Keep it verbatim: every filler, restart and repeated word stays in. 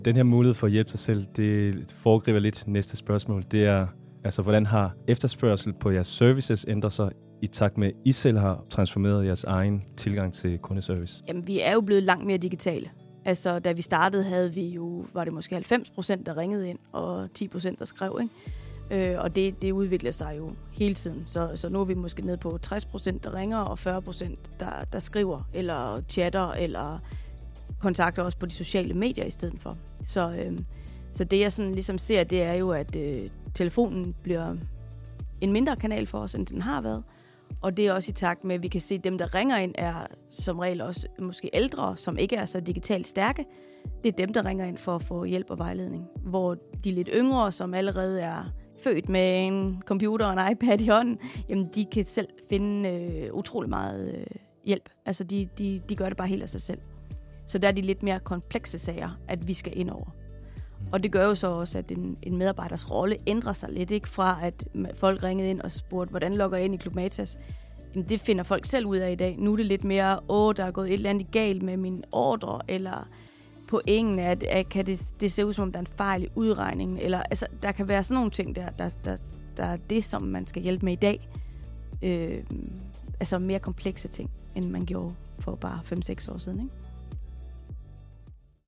Den her mulighed for at hjælpe sig selv, det foregriber lidt næste spørgsmål. Det er, altså, hvordan har efterspørgsel på jeres services ændret sig i takt med, at I selv har transformeret jeres egen tilgang til kundeservice? Jamen, vi er jo blevet langt mere digitale. Altså, da vi startede, havde vi jo, var det måske halvfems procent, der ringede ind, og ti procent, der skrev, ikke? Øh, og det, det udvikler sig jo hele tiden. Så, så nu er vi måske nede på tres procent, der ringer, og fyrre procent, der, der skriver, eller chatter, eller kontakter os på de sociale medier i stedet for. Så, øh, så det, jeg sådan ligesom ser, det er jo, at øh, telefonen bliver en mindre kanal for os, end den har været. Og det er også i takt med, at vi kan se, at dem, der ringer ind, er som regel også måske ældre, som ikke er så digitalt stærke. Det er dem, der ringer ind for at få hjælp og vejledning. Hvor de lidt yngre, som allerede er født med en computer og en iPad i hånden, jamen de kan selv finde øh, utrolig meget øh, hjælp. Altså de, de, de gør det bare helt af sig selv. Så der er de lidt mere komplekse sager, at vi skal ind over. Og det gør jo så også, at en, en medarbejders rolle ændrer sig lidt, ikke? Fra at folk ringede ind og spurgte, hvordan logger jeg ind i Club Matas? Jamen, det finder folk selv ud af i dag. Nu er det lidt mere, åh, der er gået et eller andet galt med min ordre, eller pointen er, at, at kan det, det ser ud som om, der er en fejl i udregningen. Eller, altså, der kan være sådan nogle ting, der, der, der, der er det, som man skal hjælpe med i dag. Øh, altså mere komplekse ting, end man gjorde for bare fem seks år siden, ikke?